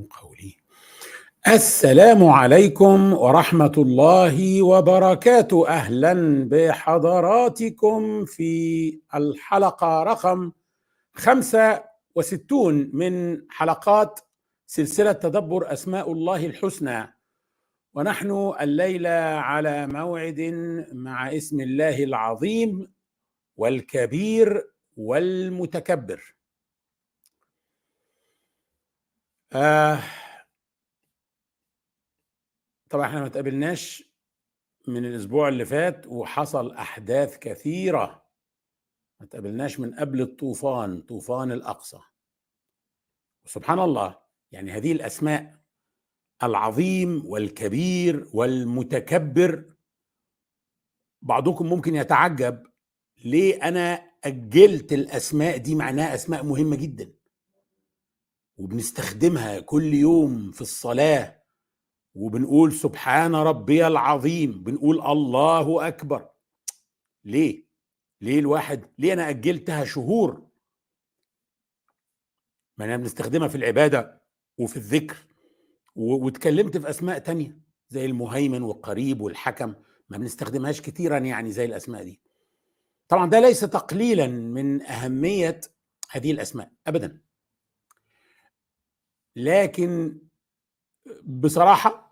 قولي. السلام عليكم ورحمة الله وبركاته. أهلا بحضراتكم في الحلقة رقم 65 من حلقات سلسلة تدبر أسماء الله الحسنى، ونحن الليلة على موعد مع اسم الله العظيم والكبير والمتكبر. طبعا احنا ما تقابلناش من الاسبوع اللي فات وحصل احداث كثيرة. ما تقابلناش من قبل الطوفان، طوفان الاقصى. وسبحان الله، يعني هذه الاسماء العظيم والكبير والمتكبر، بعضكم ممكن يتعجب ليه انا اجلت الاسماء دي، معناها اسماء مهمة جدا وبنستخدمها كل يوم في الصلاة، وبنقول سبحان ربي العظيم، بنقول الله أكبر. ليه أنا أجلتها شهور؟ ما أنا بنستخدمها في العبادة وفي الذكر، واتكلمت في أسماء تانية زي المهيمن والقريب والحكم، ما بنستخدمهاش كتيرا يعني زي الأسماء دي. طبعا ده ليس تقليلا من أهمية هذه الأسماء أبدا، لكن بصراحة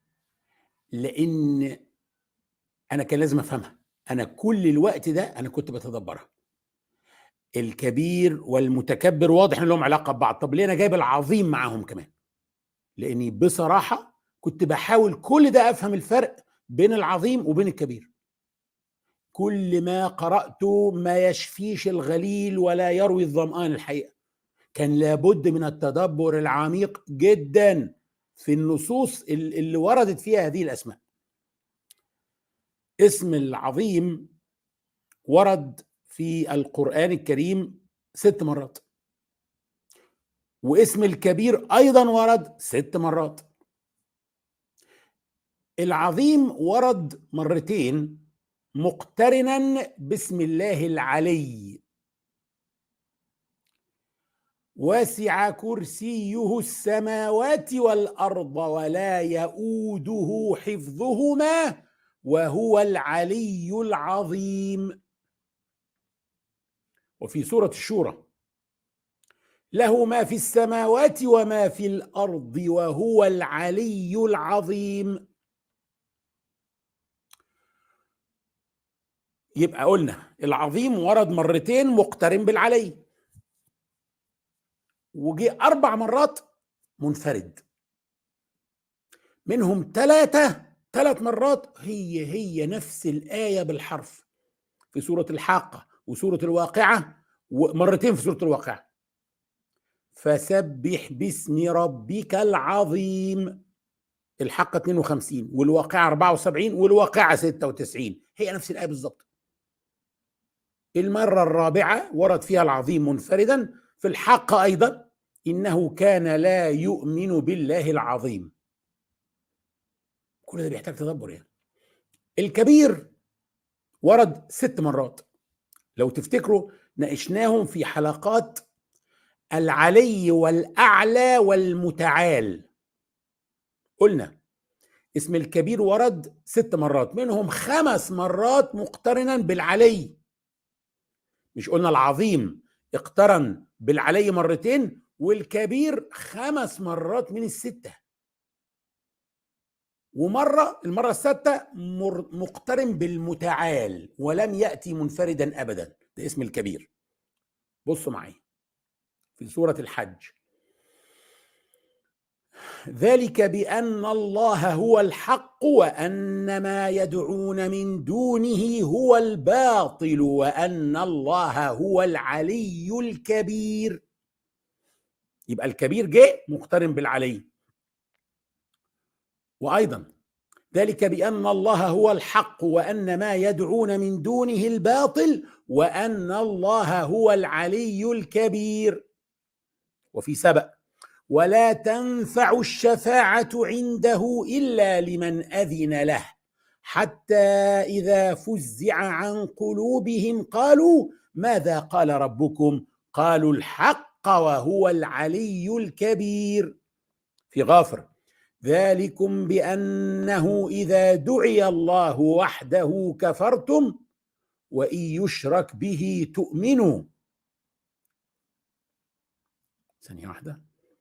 لأن أنا كان لازم أفهمها. أنا كل الوقت ده أنا كنت بتدبرها. الكبير والمتكبر واضح ان لهم علاقه ببعض، طب ليه انا جايب العظيم معاهم كمان؟ لاني بصراحه كنت بحاول كل ده افهم الفرق بين العظيم وبين الكبير. كل ما قراته ما يشفيش الغليل ولا يروي الظمآن. الحقيقه كان لابد من التدبر العميق جدا في النصوص اللي وردت فيها هذه الاسماء. اسم العظيم ورد في القرآن الكريم 6 مرات، واسم الكبير أيضا ورد 6 مرات. العظيم ورد مرتين مقترنا باسم الله العلي. وسع كرسيه السماوات والأرض ولا يؤوده حفظهما وهو العلي العظيم. وفي سورة الشورى له ما في السماوات وما في الأرض وهو العلي العظيم. يبقى قلنا العظيم ورد مرتين مقترن بالعلي، وجي 4 مرات منفرد، منهم 3 مرات هي نفس الآية بالحرف في سورة الحاقة وسورة الواقعة، ومرتين في سورة الواقعة. فسبح باسم ربك العظيم. الحاقة 52 والواقعة 74 والواقعة 96، هي نفس الآية بالظبط. المرة الرابعة ورد فيها العظيم منفردا في الحاقة أيضا، إنه كان لا يؤمن بالله العظيم. كل ده بيحتاج تدبر يعني. الكبير ورد 6 مرات، لو تفتكروا ناقشناهم في حلقات العلي والأعلى والمتعال. قلنا اسم الكبير ورد 6 مرات، منهم 5 مرات مقترنا بالعلي. مش قلنا العظيم اقترن بالعلي مرتين والكبير 5 مرات من ال6، المرة السادسة مقترن بالمتعال ولم يأتي منفردا أبدا. ده اسم الكبير. بصوا معي في سورة الحج: ذلك بأن الله هو الحق وأن ما يدعون من دونه هو الباطل وأن الله هو العلي الكبير. يبقى الكبير جه مقترن بالعلي. وأيضا ذلك بأن الله هو الحق وأن ما يدعون من دونه الباطل وأن الله هو العلي الكبير. وفي سبأ: ولا تنفع الشفاعة عنده إلا لمن أذن له حتى إذا فزع عن قلوبهم قالوا ماذا قال ربكم قالوا الحق وهو العلي الكبير. في غافر: ذلكم بأنه إذا دعي الله وحده كفرتم وإن يشرك به تؤمنوا. ثانية واحدة.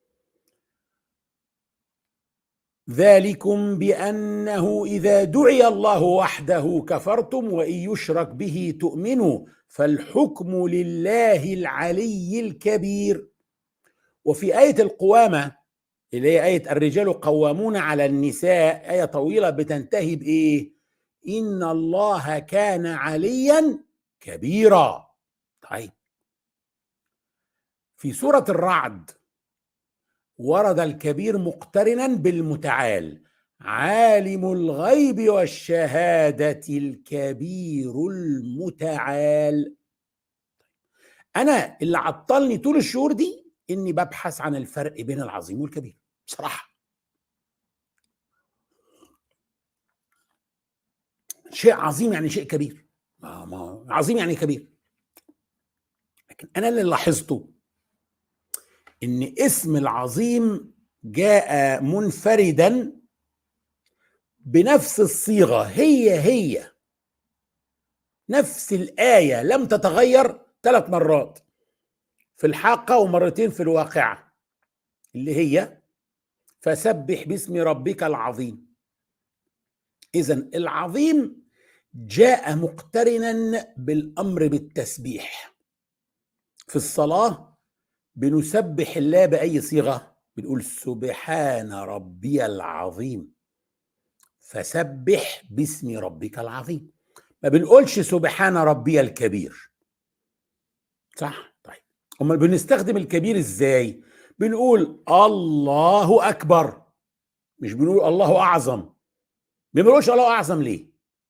ذلكم بأنه إذا دعي الله وحده كفرتم وإن يشرك به تؤمنوا فالحكم لله العلي الكبير. وفي آية القوامة اللي هي آية الرجال قوامون على النساء، آية طويلة بتنتهي بإيه؟ إن الله كان عليا كبيرا. طيب، في سورة الرعد ورد الكبير مقترنا بالمتعال: عالم الغيب والشهادة الكبير المتعال. أنا اللي عطلني طول الشهور دي إني ببحث عن الفرق بين العظيم والكبير بصراحة. شيء عظيم يعني شيء كبير، ما عظيم يعني كبير. لكن أنا اللي لاحظته إن اسم العظيم جاء منفردا بنفس الصيغة، هي نفس الآية لم تتغير 3 مرات في الحاقة ومرتين في الواقعة، اللي هي فسبح باسم ربك العظيم. إذن العظيم جاء مقترنا بالأمر بالتسبيح. في الصلاة بنسبح الله بأي صيغة؟ بنقول سبحان ربي العظيم، فسبح باسم ربك العظيم. ما بنقولش سبحان ربي الكبير، صح؟ طيب، امال بنستخدم الكبير ازاي؟ بنقول الله اكبر، مش بنقول الله اعظم. ما بنقولش الله اعظم ليه؟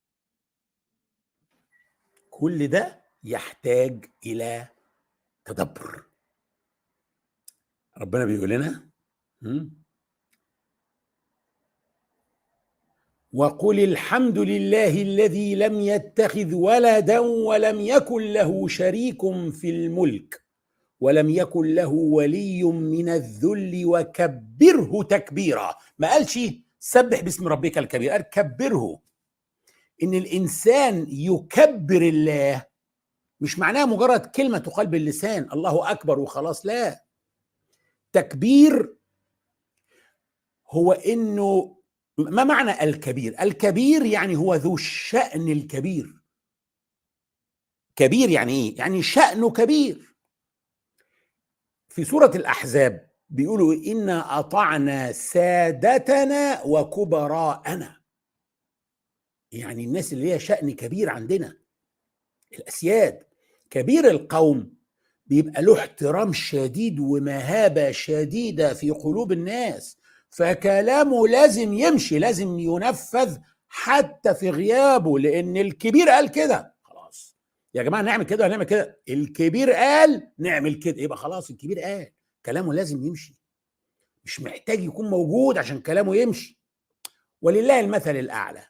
كل ده يحتاج الى تدبر. ربنا بيقول لنا وقل الحمد لله الذي لم يتخذ ولدا ولم يكن له شريك في الملك ولم يكن له ولي من الذل وكبره تكبيرا. ما قالش سبح باسم ربك الكبير، قال كبره. ان الانسان يكبر الله مش معناها مجرد كلمة تقال باللسان الله اكبر وخلاص، لا. تكبير هو انه، ما معنى الكبير؟ الكبير يعني هو ذو الشأن الكبير. كبير يعني ايه؟ يعني شأنه كبير. في سورة الأحزاب بيقولوا إنا أطعنا سادتنا وكبراءنا، يعني الناس اللي هي شأن كبير عندنا، الأسياد. كبير القوم بيبقى له احترام شديد ومهابة شديدة في قلوب الناس، فكلامه لازم يمشي، لازم ينفذ حتى في غيابه، لأن الكبير قال كده. خلاص يا جماعة نعمل كده ولا نعمل كده؟ الكبير قال نعمل كده، يبقى خلاص الكبير قال، كلامه لازم يمشي، مش محتاج يكون موجود عشان كلامه يمشي. ولله المثل الأعلى.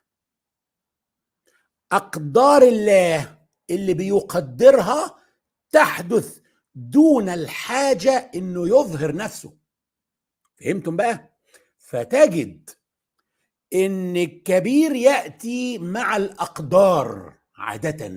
أقدار الله اللي بيقدرها تحدث دون الحاجة إنه يظهر نفسه. فهمتم بقى؟ فتجد إن الكبير يأتي مع الأقدار عادة،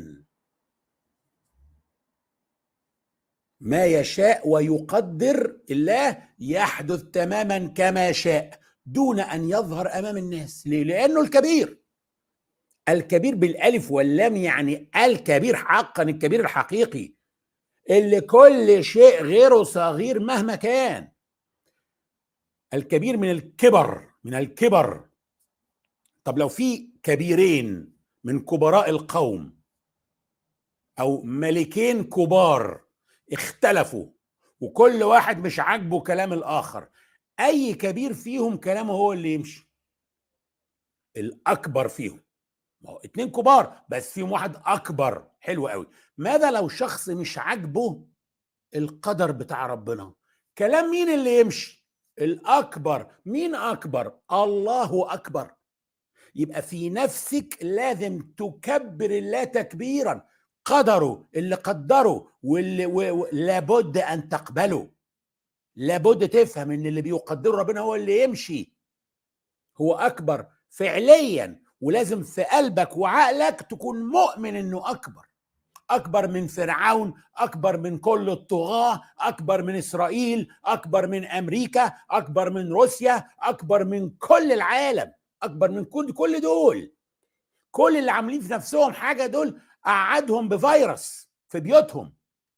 ما يشاء ويقدر الله يحدث تماما كما شاء دون أن يظهر أمام الناس. ليه؟ لأنه الكبير. الكبير بالألف واللام، يعني الكبير حقا، الكبير الحقيقي اللي كل شيء غيره صغير مهما كان. الكبير من الكبر، من الكبر. طب لو في كبيرين من كبراء القوم أو ملكين كبار اختلفوا وكل واحد مش عاجبه كلام الآخر، أي كبير فيهم كلامه هو اللي يمشي؟ الأكبر فيهم. ما هو 2 كبار بس فيهم واحد أكبر. حلو قوي. ماذا لو شخص مش عاجبه القدر بتاع ربنا؟ كلام مين اللي يمشي؟ الأكبر. مين أكبر؟ الله أكبر. يبقى في نفسك لازم تكبر الله تكبيرا. قدره اللي قدره واللي لابد أن تقبله. لابد تفهم ان اللي بيقدره ربنا هو اللي يمشي، هو اكبر فعليا، ولازم في قلبك وعقلك تكون مؤمن انه اكبر، اكبر من فرعون، اكبر من كل الطغاة، اكبر من اسرائيل، اكبر من امريكا، اكبر من روسيا، اكبر من كل العالم، اكبر من كل دول. كل اللي عاملين في نفسهم حاجة دول قعدهم بفيروس في بيوتهم.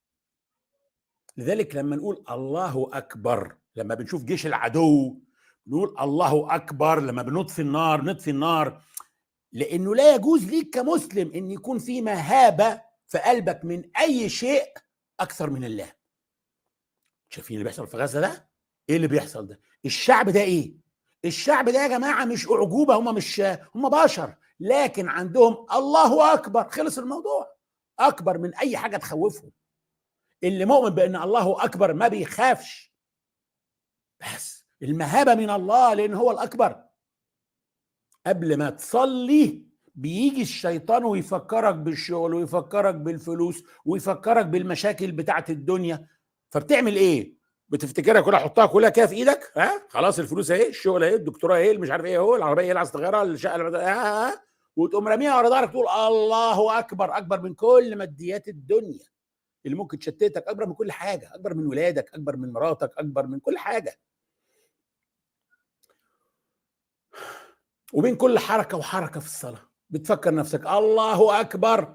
لذلك لما نقول الله اكبر، لما بنشوف جيش العدو نقول الله اكبر، لما بنطفي النار نطفي النار، لانه لا يجوز ليك كمسلم ان يكون في مهابه في قلبك من اي شيء اكثر من الله. شايفين اللي بيحصل في غزه ده؟ ايه اللي بيحصل ده؟ الشعب ده ايه؟ الشعب ده يا جماعه مش اعجوبه، هم بشر، لكن عندهم الله اكبر، خلص الموضوع. اكبر من اي حاجه تخوفهم. اللي مؤمن بان الله اكبر ما بيخافش، بس المهابه من الله لان هو الاكبر. قبل ما تصلي بيجي الشيطان ويفكرك بالشغل ويفكرك بالفلوس ويفكرك بالمشاكل بتاعت الدنيا، فبتعمل ايه؟ بتفتكرها كلها، حطها كلها كده في ايدك، ها خلاص الفلوس اهي، الشغل اهي، الدكتوراه اهي، مش عارف ايه اهو، العربيه اهي اللي عايز تغيرها، الشقه وتقوم راميها ورا ظهرك تقول الله اكبر، اكبر من كل ماديات الدنيا اللي ممكن تشتتك، اكبر من كل حاجه، اكبر من ولادك، اكبر من مراتك، اكبر من كل حاجه. وبين كل حركه وحركه في الصلاه بتفكر نفسك الله اكبر،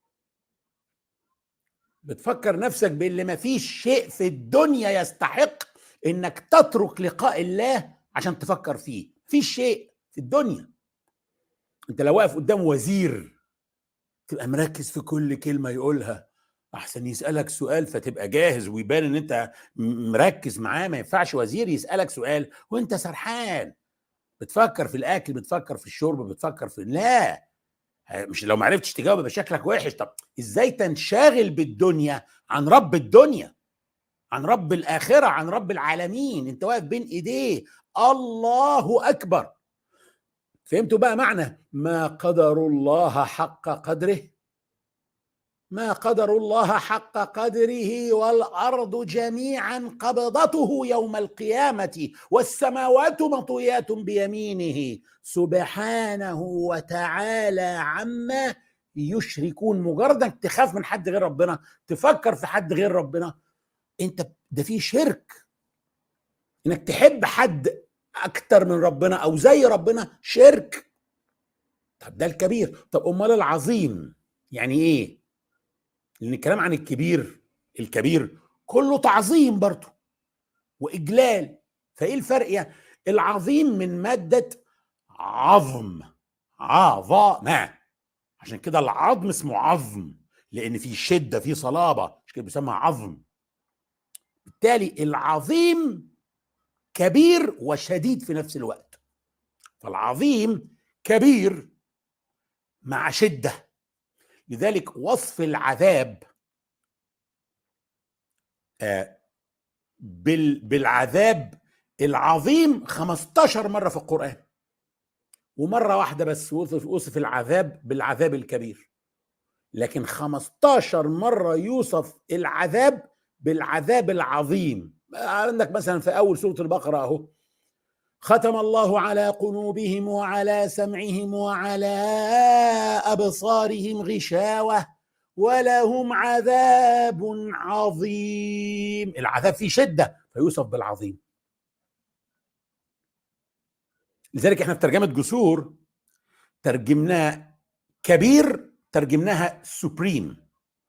بتفكر نفسك باللي ما فيش شيء في الدنيا يستحق انك تترك لقاء الله عشان تفكر فيه. فيش شيء في الدنيا. انت لو واقف قدام وزير تبقى مركز في كل كلمه يقولها، احسن يسالك سؤال فتبقى جاهز ويبان ان انت مركز معاه. ما ينفعش وزير يسالك سؤال وانت سرحان بتفكر في الاكل، بتفكر في الشرب، بتفكر في، لا، مش لو ما عرفتش تجاوب يبقى شكلك وحش. طب ازاي تنشغل بالدنيا عن رب الدنيا، عن رب الاخره، عن رب العالمين؟ انت واقف بين ايديه، الله اكبر. فهمتوا بقى معنى ما قدر الله حق قدره؟ ما قدر الله حق قدره والارض جميعا قبضته يوم القيامه والسماوات مطويات بيمينه سبحانه وتعالى عما يشركون. مجرد انك تخاف من حد غير ربنا، تفكر في حد غير ربنا، انت ده فيه شرك. انك تحب حد اكتر من ربنا او زي ربنا شرك. طب ده الكبير، طب امال العظيم يعني ايه؟ لان الكلام عن الكبير، الكبير كله تعظيم برضه واجلال. فايه الفرق يعني؟ العظيم من ماده عظم، عظمه، عشان كده العظم اسمه عظم، لان في شده، في صلابه، مش كده بيسمى عظم. بالتالي العظيم كبير وشديد في نفس الوقت. فالعظيم كبير مع شده. لذلك وصف العذاب بالعذاب العظيم 15 مرة في القرآن، ومرة واحدة بس وصف العذاب بالعذاب الكبير. لكن 15 مرة يوصف العذاب بالعذاب العظيم. عندك مثلا في أول سورة البقرة أهو، ختم الله على قلوبهم وعلى سمعهم وعلى أبصارهم غشاوة ولهم عذاب عظيم. العذاب فيه شدة فيوصف بالعظيم. لذلك احنا في ترجمة جسور ترجمناه كبير، ترجمناها سوبريم.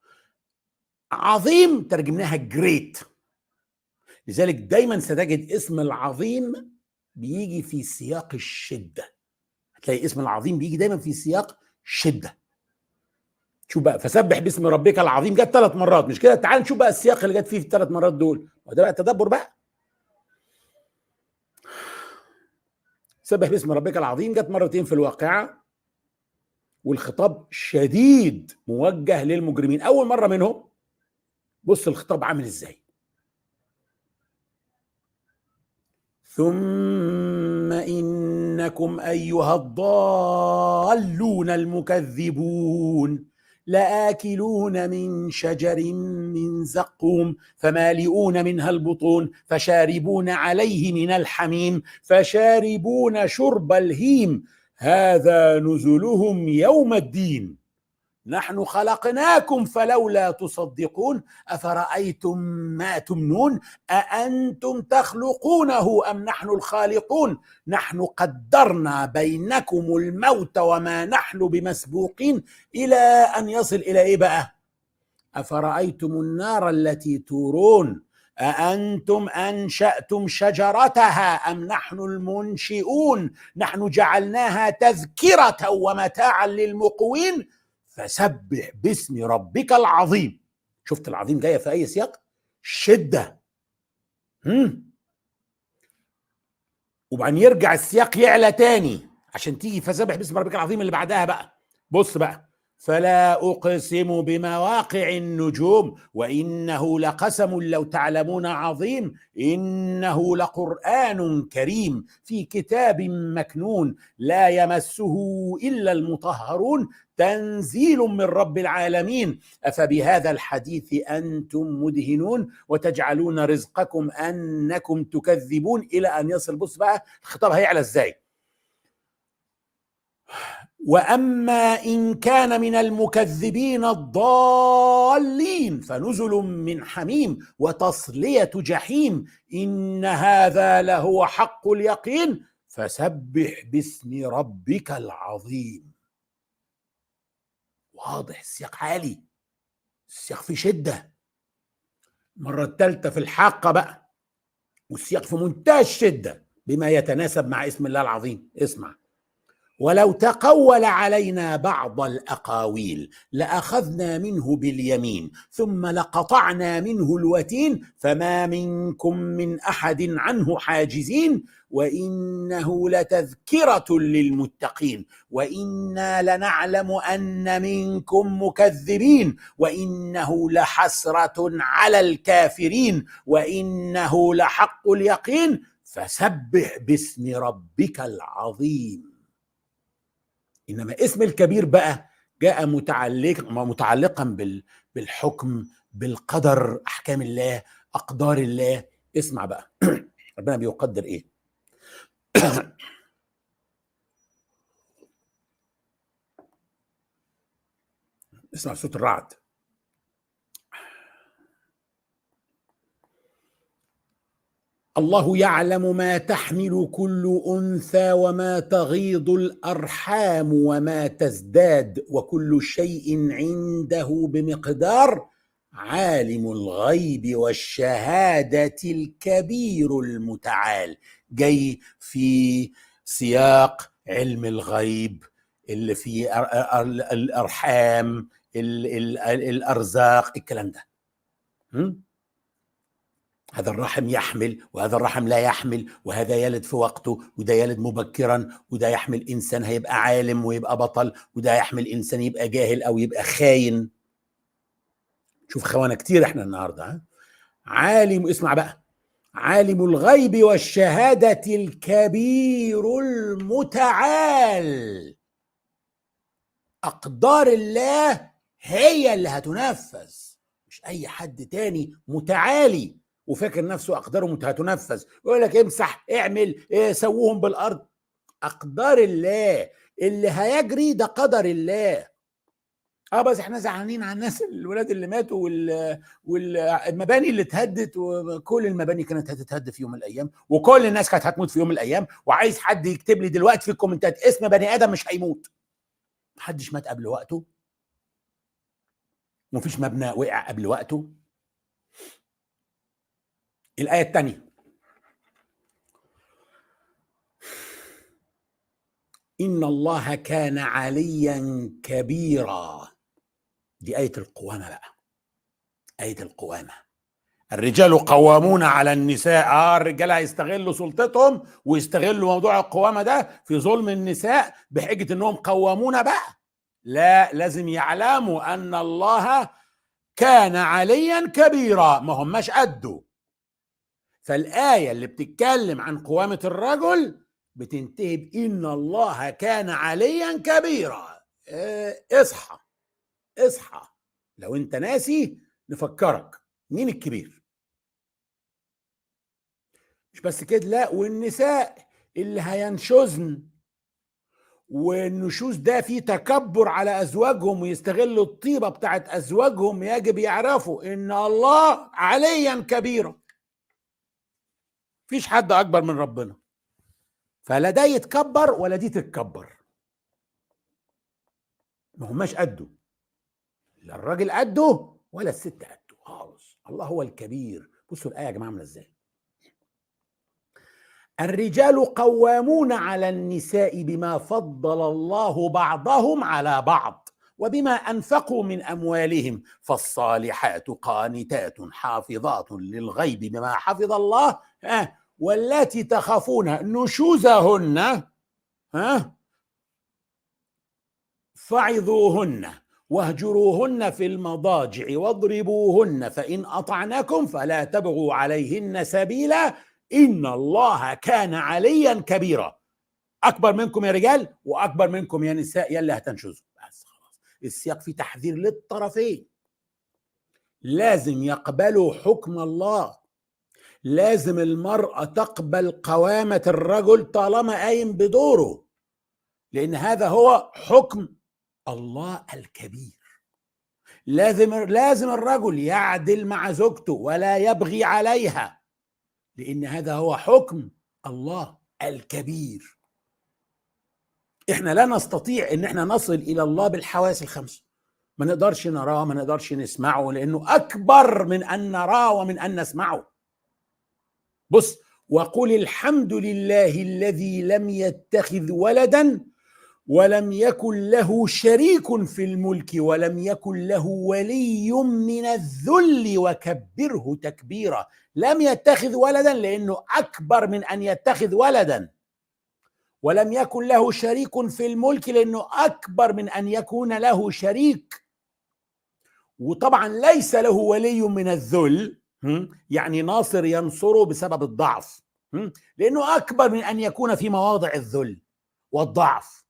عظيم ترجمناها جريت. لذلك دايما ستجد اسم العظيم بيجي في سياق الشدة. هتلاقي اسم العظيم بيجي دايما في سياق شدة. شوف بقى، فسبح باسم ربك العظيم جت 3 مرات، مش كده؟ تعال نشوف بقى السياق اللي جت فيه في ال3 مرات دول، وده بقى التدبر بقى. سبح باسم ربك العظيم جت مرتين في الواقعة، والخطاب شديد موجه للمجرمين. أول مرة منهم بص الخطاب عامل ازاي: ثم إنكم أيها الضالون المكذبون لآكلون من شجر من زقوم فمالئون منها البطون فشاربون عليه من الحميم فشاربون شرب الهيم هذا نزلهم يوم الدين نحن خلقناكم فلولا تصدقون أفرأيتم ما تمنون أأنتم تخلقونه أم نحن الخالقون نحن قدرنا بينكم الموت وما نحن بمسبوقين إلى أن يصل إلى إيه بقى؟ أفرأيتم النار التي تورون أأنتم أنشأتم شجرتها أم نحن المنشئون نحن جعلناها تذكرة ومتاعا للمقوين فسبح باسم ربك العظيم. شفت العظيم جاية في أي سياق؟ شدة. وبعدين يرجع السياق يعلى تاني عشان تيجي فسبح باسم ربك العظيم اللي بعدها بقى. بص بقى، فلا أقسم بمواقع النجوم وإنه لقسم لو تعلمون عظيم إنه لقرآن كريم في كتاب مكنون لا يمسه إلا المطهرون تنزيل من رب العالمين أفبهذا الحديث أنتم مدهنون وتجعلون رزقكم أنكم تكذبون إلى أن يصل. بص بقى الخطاب هيعلى إزاي. وأما إن كان من المكذبين الضالين فنزل من حميم وتصلية جحيم إن هذا لهو حق اليقين فسبح باسم ربك العظيم. واضح السياق عالي، السياق في شدة. مرة الثالثة في الحاقة بقى والسياق في منتهى الشدة بما يتناسب مع اسم الله العظيم. اسمع، ولو تقول علينا بعض الأقاويل لأخذنا منه باليمين ثم لقطعنا منه الوتين فما منكم من أحد عنه حاجزين وإنه لتذكرة للمتقين وإنا لنعلم أن منكم مكذبين وإنه لحسرة على الكافرين وإنه لحق اليقين فسبح باسم ربك العظيم. إنما اسم الكبير بقى جاء متعلقا بالحكم، بالقدر، أحكام الله، أقدار الله. اسمع بقى ربنا بيقدر إيه. اسمع صوت الرعد. الله يعلم ما تحمل كل أنثى وما تغيض الأرحام وما تزداد وكل شيء عنده بمقدار عالم الغيب والشهادة الكبير المتعال. جاي في سياق علم الغيب اللي في الأرحام، الأرزاق، الكلام ده. هذا الرحم يحمل وهذا الرحم لا يحمل وهذا يلد في وقته وده يلد مبكرا وده يحمل إنسان هيبقى عالم ويبقى بطل وده يحمل إنسان يبقى جاهل أو يبقى خاين. شوف خوانا كتير احنا النهاردة. عالم، اسمع بقى، عالم الغيب والشهادة الكبير المتعال. أقدار الله هي اللي هتنفذ، مش أي حد تاني متعالي وفاكر نفسه أقداره هتنفذ يقول لك امسح، اعمل، سووهم بالأرض. أقدار الله اللي هيجري ده قدر الله. بس احنا زعلانين على الناس الولاد اللي ماتوا والمباني اللي اتهدت، وكل المباني كانت هتتهد في يوم من الايام وكل الناس كانت هتموت في يوم من الايام. وعايز حد يكتب لي دلوقتي في الكومنتات اسم بني ادم مش هيموت. محدش مات قبل وقته، ومفيش مبنى وقع قبل وقته. الآية الثانية، إن الله كان عليا كبيرا. دي آية القوامة بقى، آية القوامة. الرجال قوامون على النساء. الرجال هيستغلوا سلطتهم ويستغلوا موضوع القوامة ده في ظلم النساء بحجة انهم قوامون بقى. لا، لازم يعلموا ان الله كان عليا كبيرا، ما هماش قده. فالآية اللي بتتكلم عن قوامة الرجل بتنتهي بإن الله كان عليا كبيرا. اصحى اصحى. لو انت ناسي نفكرك مين الكبير. مش بس كده، لا، والنساء اللي هينشزن، والنشوز ده فيه تكبر على ازواجهم ويستغلوا الطيبة بتاعت ازواجهم، يجب يعرفوا ان الله عليا كبيرا، مفيش حد اكبر من ربنا، فلا ده يتكبر ولا دي تتكبر، ما هماش قده، لا الراجل قده ولا الست قده خالص، الله هو الكبير. بصوا الآية يا جماعة عاملة ازاي. الرجال قوامون على النساء بما فضل الله بعضهم على بعض وبما أنفقوا من أموالهم، فالصالحات قانتات حافظات للغيب بما حفظ الله، واللاتي تخافون نشوزهن فعظوهن واهجروهن في المضاجع واضربوهن، فإن أطعنكم فلا تبغوا عليهن سبيلا إن الله كان عليا كبيرا. أكبر منكم يا رجال وأكبر منكم يا نساء يلي هتنشزوا. بس خلاص، السياق فيه تحذير للطرفين، لازم يقبلوا حكم الله، لازم المرأة تقبل قوامة الرجل طالما قايم بدوره، لأن هذا هو حكم الله الكبير. لازم الرجل يعدل مع زوجته ولا يبغي عليها، لأن هذا هو حكم الله الكبير. احنا لا نستطيع ان احنا نصل الى الله بالحواس الخمس، ما نقدرش نراه، ما نقدرش نسمعه، لانه اكبر من ان نراه ومن ان نسمعه. بص، وقل الحمد لله الذي لم يتخذ ولدا ولم يكن له شريك في الملك ولم يكن له ولي من الذل وكبره تكبيرا. لم يتخذ ولدا لأنه أكبر من أن يتخذ ولدا، ولم يكن له شريك في الملك لأنه أكبر من أن يكون له شريك، وطبعا ليس له ولي من الذل، يعني ناصر ينصره بسبب الضعف، لأنه أكبر من أن يكون في مواضع الذل والضعف.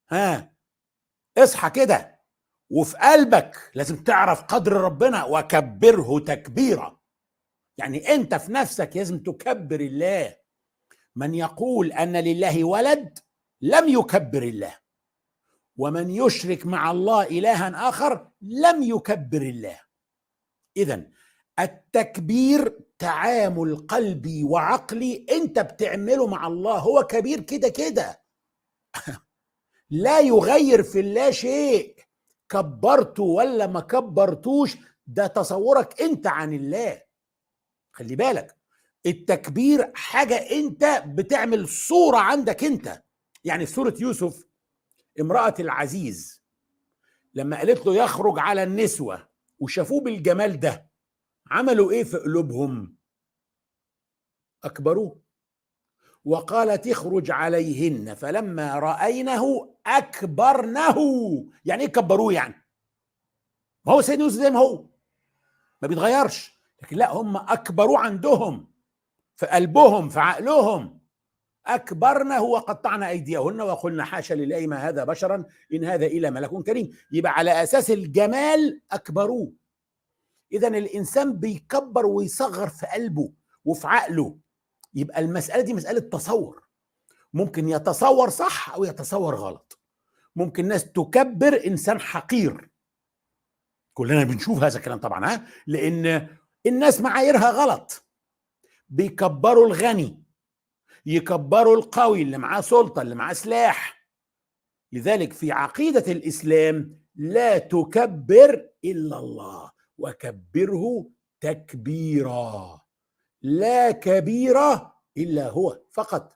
اصحى كده، وفي قلبك لازم تعرف قدر ربنا وكبره تكبيرا. يعني انت في نفسك لازم تكبر الله. من يقول ان لله ولد لم يكبر الله، ومن يشرك مع الله الها اخر لم يكبر الله. اذن التكبير تعامل قلبي وعقلي انت بتعمله مع الله، هو كبير كده كده، لا يغير في الله شيء، كبرته ولا ما كبرتوش ده تصورك انت عن الله. خلي بالك، التكبير حاجة انت بتعمل صورة عندك انت. يعني في سورة يوسف امرأة العزيز لما قالت له يخرج على النسوة وشافوه بالجمال ده، عملوا ايه في قلوبهم؟ اكبروه. وقالت اخرج عليهن فلما رأينه أكبرنه. يعني ايه كبروه؟ يعني ما هو سيدنا يوسف زي ما هو ما بيتغيرش، لكن لا، هم أكبروه عندهم في قلبهم في عقلهم. أكبرنه وقطعنا أيديهن وقلنا حاشا لله ما هذا بشرا إن هذا إلا ملك كريم. يبقى على أساس الجمال أكبروه. إذا الإنسان بيكبر ويصغر في قلبه وفي عقله. يبقى المسألة دي مسألة تصور، ممكن يتصور صح أو يتصور غلط. ممكن ناس تكبر إنسان حقير، كلنا بنشوف هذا الكلام طبعا، لأن الناس معاييرها غلط. بيكبروا الغني، يكبروا القوي اللي معاه سلطة اللي معاه سلاح. لذلك في عقيدة الإسلام لا تكبر إلا الله وكبره تكبيرا، لا كبيرة إلا هو فقط.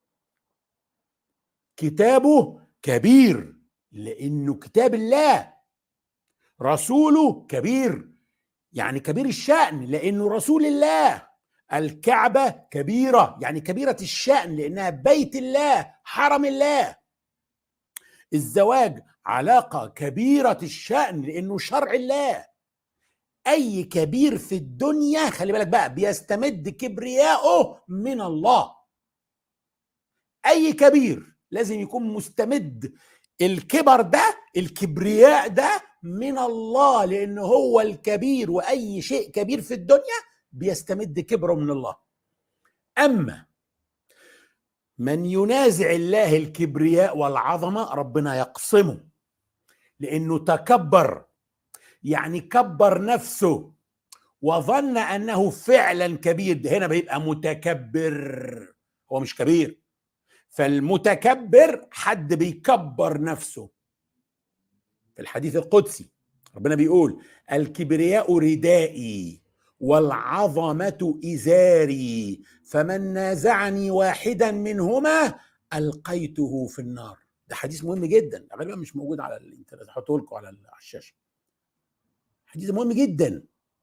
كتابه كبير لأنه كتاب الله، رسوله كبير يعني كبير الشأن لأنه رسول الله، الكعبة كبيرة يعني كبيرة الشأن لأنها بيت الله حرم الله، الزواج علاقة كبيرة الشأن لأنه شرع الله. أي كبير في الدنيا خلي بالك بقى بيستمد كبرياءه من الله. أي كبير لازم يكون مستمد الكبر ده الكبرياء ده من الله، لأنه هو الكبير، وأي شيء كبير في الدنيا بيستمد كبره من الله. أما من ينازع الله الكبرياء والعظمة ربنا يقصمه، لأنه تكبر، يعني كبر نفسه وظن أنه فعلا كبير. ده هنا بيبقى متكبر، هو مش كبير. فالمتكبر حد بيكبر نفسه. في الحديث القدسي ربنا بيقول: الكبرياء ردائي والعظمة إزاري، فمن نازعني واحدا منهما ألقيته في النار. ده حديث مهم جدا، غالبا مش موجود على الانترنت، هحطه لكم على الشاشة. حديث مهم جدا.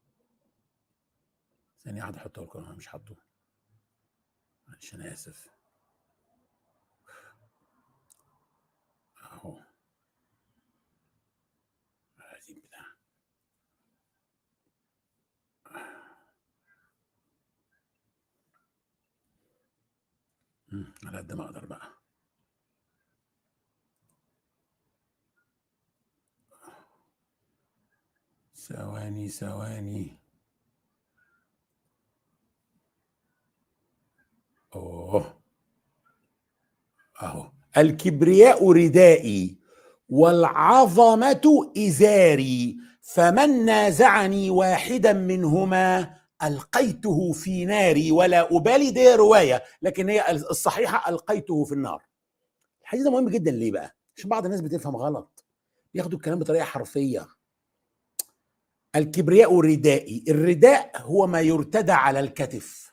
ثانية واحدة احطه لكم، انا مش حاطه، معلش انا اسف. اهو عايزين بتاع على قد ما اقدر بقى. ثواني. اوه اهو: الكبرياء ردائي والعظمة إزاري، فمن نازعني واحدا منهما ألقيته في ناري ولا أبالي. دي رواية، لكن هي الصحيحة ألقيته في النار. الحديث ده مهم جدا. ليه بقى؟ عشان بعض الناس بتفهم غلط، ياخدوا الكلام بطريقة حرفية. الكبرياء ردائي، الرداء هو ما يرتدى على الكتف،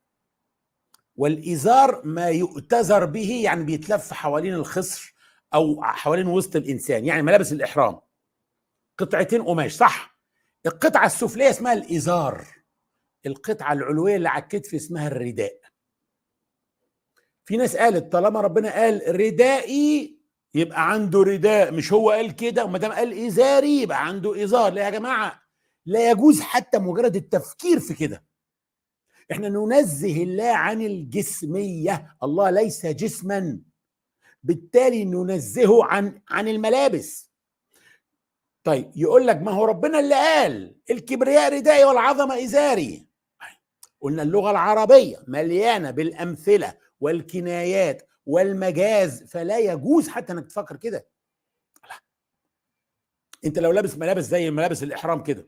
والإزار ما يؤتزر به، يعني بيتلف حوالين الخصر أو حوالين وسط الإنسان، يعني ملابس الإحرام قطعتين قماش، صح؟ القطعة السفلية اسمها الإزار، القطعة العلوية اللي على الكتف اسمها الرداء. في ناس قالت طالما ربنا قال ردائي يبقى عنده رداء، مش هو قال كده، وما دام قال إزاري يبقى عنده إزار. لا يا جماعة، لا يجوز حتى مجرد التفكير في كده. احنا ننزه الله عن الجسمية، الله ليس جسما، بالتالي ننزهه عن الملابس. طيب يقول لك ما هو ربنا اللي قال الكبرياء ردائي والعظمة إزاري. قلنا اللغة العربية مليانة بالأمثلة والكنايات والمجاز، فلا يجوز حتى انك تفكر كده. انت لو لابس ملابس زي ملابس الإحرام كده،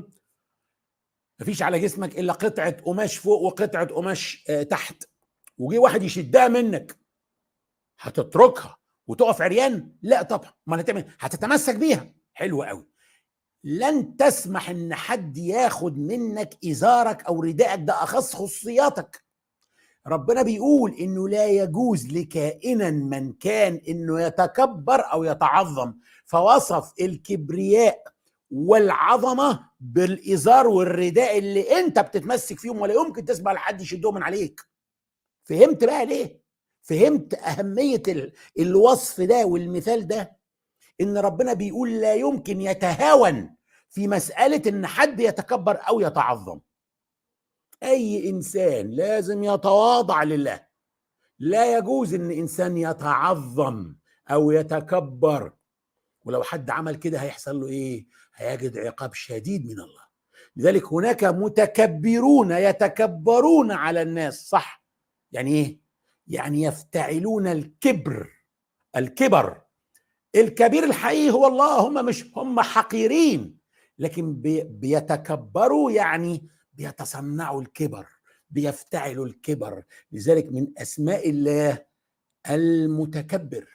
مفيش على جسمك الا قطعه قماش فوق وقطعه قماش تحت، وجي واحد يشدها منك، هتتركها وتقف عريان؟ لا طبعا. ما هتعمل، هتتمسك بيها. حلو قوي. لن تسمح ان حد ياخد منك ازارك او رداءك، ده اخص خصوصياتك. ربنا بيقول انه لا يجوز لكائنا من كان انه يتكبر او يتعظم، فوصف الكبرياء والعظمه بالازار والرداء اللي انت بتتمسك فيهم ولا يمكن تسمع لحد يشدهم من عليك. فهمت بقى ليه؟ فهمت اهميه الوصف ده والمثال ده؟ ان ربنا بيقول لا يمكن يتهاون في مساله ان حد يتكبر او يتعظم. اي انسان لازم يتواضع لله، لا يجوز ان انسان يتعظم او يتكبر. ولو حد عمل كده هيحصل له ايه؟ هيجد عقاب شديد من الله. لذلك هناك متكبرون يتكبرون على الناس، صح؟ يعني ايه؟ يعني يفتعلون الكبر. الكبير الحقيقي هو الله، هم مش هم حقيرين، لكن بيتكبروا، يعني بيتصنعوا الكبر، بيفتعلوا الكبر. لذلك من اسماء الله المتكبر.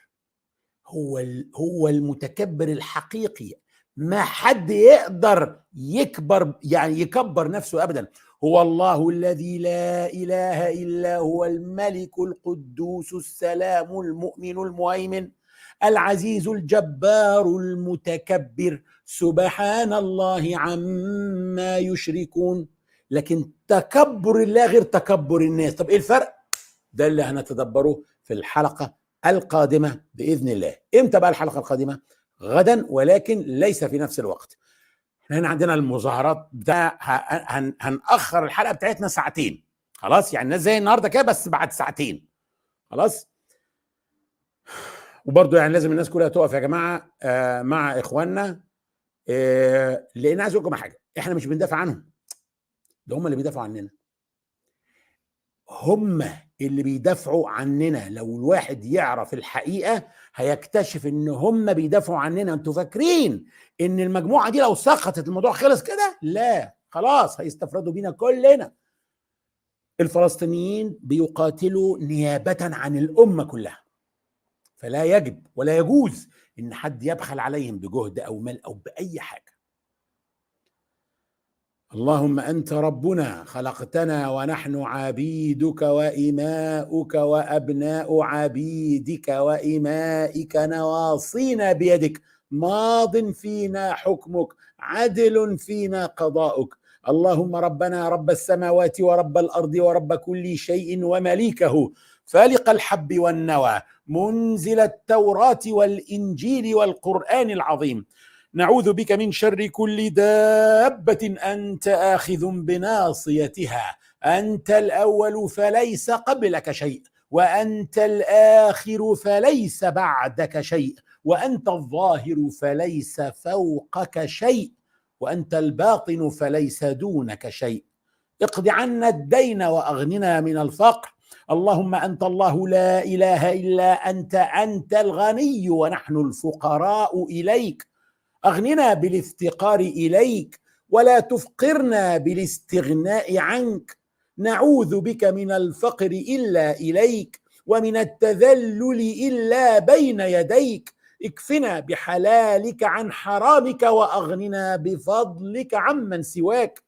هو المتكبر الحقيقي. ما حد يقدر يكبر، يعني يكبر نفسه ابدا. هو الله الذي لا اله الا هو الملك القدوس السلام المؤمن المهيمن العزيز الجبار المتكبر، سبحان الله عما يشركون. لكن تكبر الله غير تكبر الناس. طب ايه الفرق؟ ده اللي هنتدبره في الحلقة القادمة بإذن الله. امتى بقى الحلقة القادمة؟ غدا، ولكن ليس في نفس الوقت. هنا عندنا المظاهرات بتاع هنأخر الحلقة بتاعتنا ساعتين. خلاص، يعني الناس زي النهارده كده بس بعد ساعتين. خلاص. وبرضه يعني لازم الناس كلها تقف يا جماعة مع إخواننا لان عايز اقول لكم حاجه، احنا مش بندافع عنهم، ده هم اللي بيدافعوا عننا. هم اللي بيدافعوا عننا. لو الواحد يعرف الحقيقه هيكتشف ان هم بيدافعوا عننا. انتوا فاكرين ان المجموعه دي لو سقطت الموضوع خلص كده؟ لا، خلاص هيستفردوا بينا كلنا. الفلسطينيين بيقاتلوا نيابه عن الامه كلها، فلا يجب ولا يجوز ان حد يبخل عليهم بجهد او مال او باي حاجه. اللهم أنت ربنا خلقتنا ونحن عبيدك وإماؤك وأبناء عبيدك وإمائك، نواصينا بيدك، ماض فينا حكمك، عدل فينا قضاؤك. اللهم ربنا رب السماوات ورب الأرض ورب كل شيء ومليكه، فالق الحب والنوى، منزل التوراة والإنجيل والقرآن العظيم، نعوذ بك من شر كل دابة أنت آخذ بناصيتها، أنت الأول فليس قبلك شيء، وأنت الآخر فليس بعدك شيء، وأنت الظاهر فليس فوقك شيء، وأنت الباطن فليس دونك شيء. اقض عنا الدين وأغننا من الفقر. اللهم أنت الله لا إله إلا أنت، أنت الغني ونحن الفقراء إليك. أغننا بالافتقار إليك ولا تفقرنا بالاستغناء عنك. نعوذ بك من الفقر إلا إليك، ومن التذلل إلا بين يديك. اكفنا بحلالك عن حرامك، وأغننا بفضلك عمن سواك.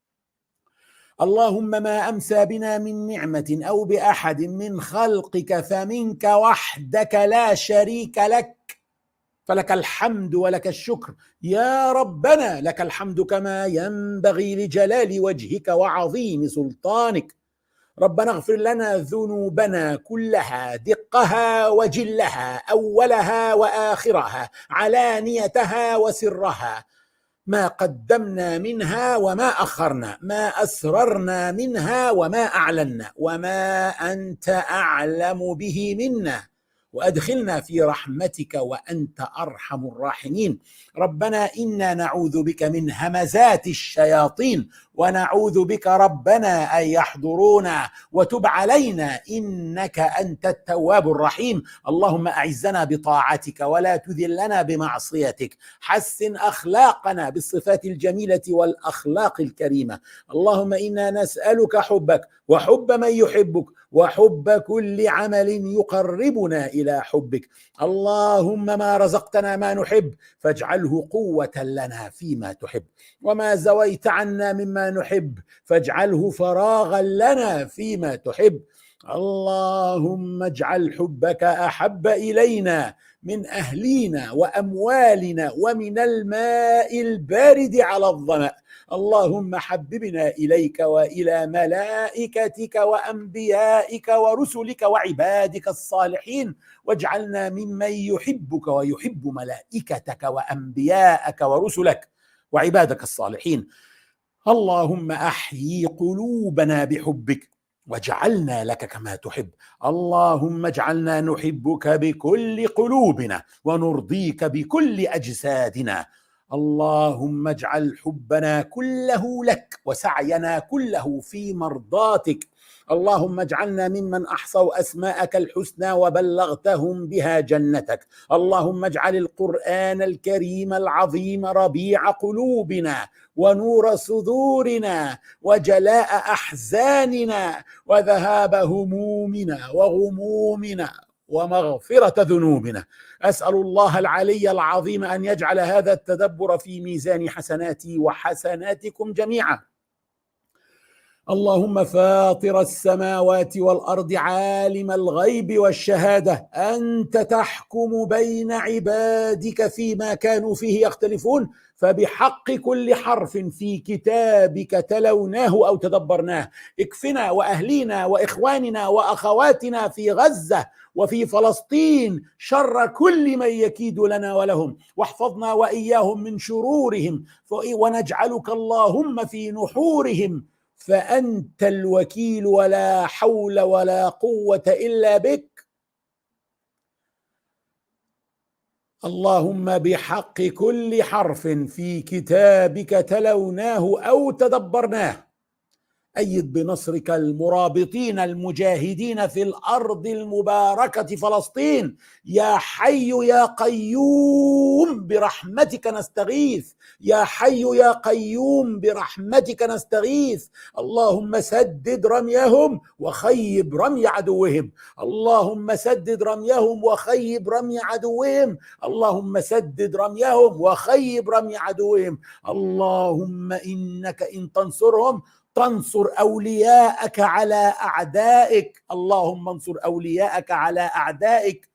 اللهم ما أمسى بنا من نعمة أو بأحد من خلقك فمنك وحدك لا شريك لك، فلك الحمد ولك الشكر يا ربنا. لك الحمد كما ينبغي لجلال وجهك وعظيم سلطانك. ربنا اغفر لنا ذنوبنا كلها، دقها وجلها، أولها وآخرها، علانيتها وسرها، ما قدمنا منها وما أخرنا، ما أسررنا منها وما أعلنا، وما أنت أعلم به منا، وأدخلنا في رحمتك وأنت أرحم الراحمين. ربنا إنا نعوذ بك من همزات الشياطين، ونعوذ بك ربنا أن يحضرونا، وتب علينا إنك أنت التواب الرحيم. اللهم أعزنا بطاعتك ولا تذلنا بمعصيتك، حسن أخلاقنا بالصفات الجميلة والأخلاق الكريمة. اللهم إنا نسألك حبك وحب من يحبك وحب كل عمل يقربنا إلى حبك. اللهم ما رزقتنا ما نحب فاجعله قوة لنا فيما تحب، وما زويت عنا مما نحب فاجعله فراغا لنا فيما تحب. اللهم اجعل حبك أحب إلينا من أهلينا وأموالنا ومن الماء البارد على الظمأ. اللهم حببنا إليك وإلى ملائكتك وأنبيائك ورسلك وعبادك الصالحين، واجعلنا ممن يحبك ويحب ملائكتك وأنبياءك ورسلك وعبادك الصالحين. اللهم أحيي قلوبنا بحبك واجعلنا لك كما تحب. اللهم اجعلنا نحبك بكل قلوبنا ونرضيك بكل أجسادنا. اللهم اجعل حبنا كله لك وسعينا كله في مرضاتك. اللهم اجعلنا ممن أحصوا أسماءك الحسنى وبلغتهم بها جنتك. اللهم اجعل القرآن الكريم العظيم ربيع قلوبنا ونور صدورنا وجلاء أحزاننا وذهاب همومنا وغمومنا ومغفرة ذنوبنا. أسأل الله العلي العظيم أن يجعل هذا التدبر في ميزان حسناتي وحسناتكم جميعا. اللهم فاطر السماوات والأرض، عالم الغيب والشهادة، أنت تحكم بين عبادك فيما كانوا فيه يختلفون، فبحق كل حرف في كتابك تلوناه أو تدبرناه اكفنا وأهلينا وإخواننا وأخواتنا في غزة وفي فلسطين شر كل من يكيد لنا ولهم، واحفظنا وإياهم من شرورهم، ونجعلك اللهم في نحورهم، فأنت الوكيل ولا حول ولا قوة إلا بك. اللهم بحق كل حرف في كتابك تلوناه أو تدبرناه أيد بنصرك المرابطين المجاهدين في الأرض المباركة فلسطين. يا حي يا قيوم برحمتك نستغيث، يا حي يا قيوم برحمتك نستغيث. اللهم سدد رميهم وخيب رمي عدوهم، اللهم سدد رميهم وخيب رمي عدوهم، اللهم سدد رميهم وخيب رمي عدوهم. اللهم إنك إن تنصرهم تنصر أولياءك على أعدائك، اللهم انصر أولياءك على أعدائك.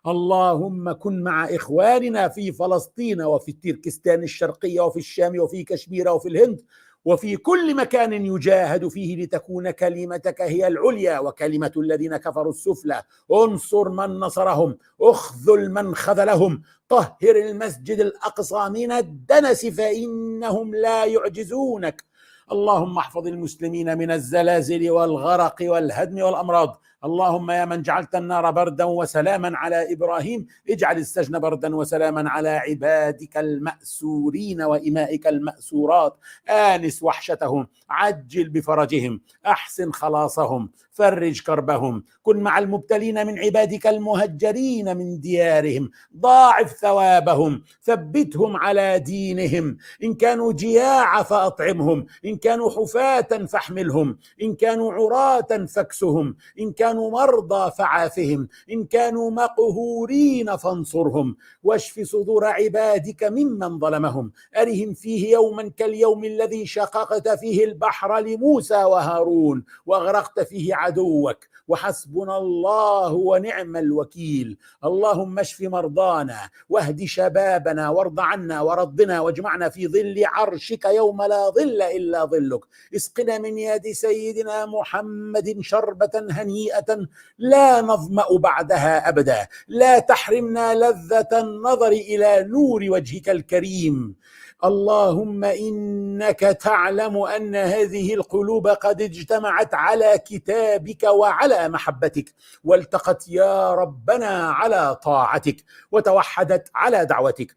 اللهم كن مع إخواننا في فلسطين وفي تركستان الشرقية وفي الشام وفي كشمير وفي الهند وفي كل مكان يجاهد فيه لتكون كلمتك هي العليا وكلمة الذين كفروا السفلى. انصر من نصرهم، اخذل من خذلهم، طهر المسجد الأقصى من الدنس فإنهم لا يعجزونك. اللهم احفظ المسلمين من الزلازل والغرق والهدم والأمراض. اللهم يا من جعلت النار بردا وسلاما على إبراهيم اجعل السجن بردا وسلاما على عبادك المأسورين وإمائك المأسورات. آنس وحشتهم، عجل بفرجهم، أحسن خلاصهم، فرج كربهم، كن مع المبتلين من عبادك المهجرين من ديارهم، ضاعف ثوابهم، ثبتهم على دينهم. إن كانوا جياع فأطعمهم، إن كانوا حفاة فاحملهم، إن كانوا عراة فاكسهم، إن كانوا مرضى فعافهم، إن كانوا مقهورين فانصرهم، واشف صدور عبادك ممن ظلمهم. أرهم فيه يوما كاليوم الذي شققت فيه البحر لموسى وهارون وأغرقت فيه عدوك، وحسبنا الله ونعم الوكيل. اللهم اشف مرضانا واهد شبابنا وارض عنا ورضنا واجمعنا في ظل عرشك يوم لا ظل إلا ظلك. اسقنا من يد سيدنا محمد شربة هنيئة لا نظمأ بعدها أبدا، لا تحرمنا لذة النظر إلى نور وجهك الكريم. اللهم إنك تعلم أن هذه القلوب قد اجتمعت على كتابك وعلى محبتك، والتقت يا ربنا على طاعتك، وتوحدت على دعوتك،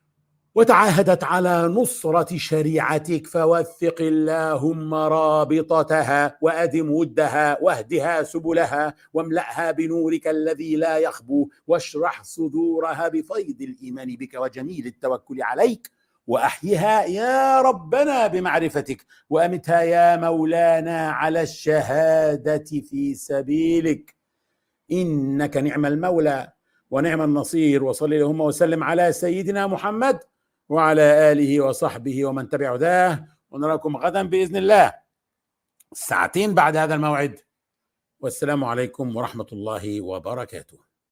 وتعاهدت على نصرة شريعتك. فوثق اللهم رابطتها وأدم ودها واهدها سبلها واملأها بنورك الذي لا يخبو، واشرح صدورها بفيض الإيمان بك وجميل التوكل عليك، وأحيها يا ربنا بمعرفتك، وأمتها يا مولانا على الشهادة في سبيلك. إنك نعم المولى ونعم النصير. وصلى اللهم وسلم على سيدنا محمد وعلى آله وصحبه ومن تبع هداه. ونراكم غدا بإذن الله ساعتين بعد هذا الموعد، والسلام عليكم ورحمة الله وبركاته.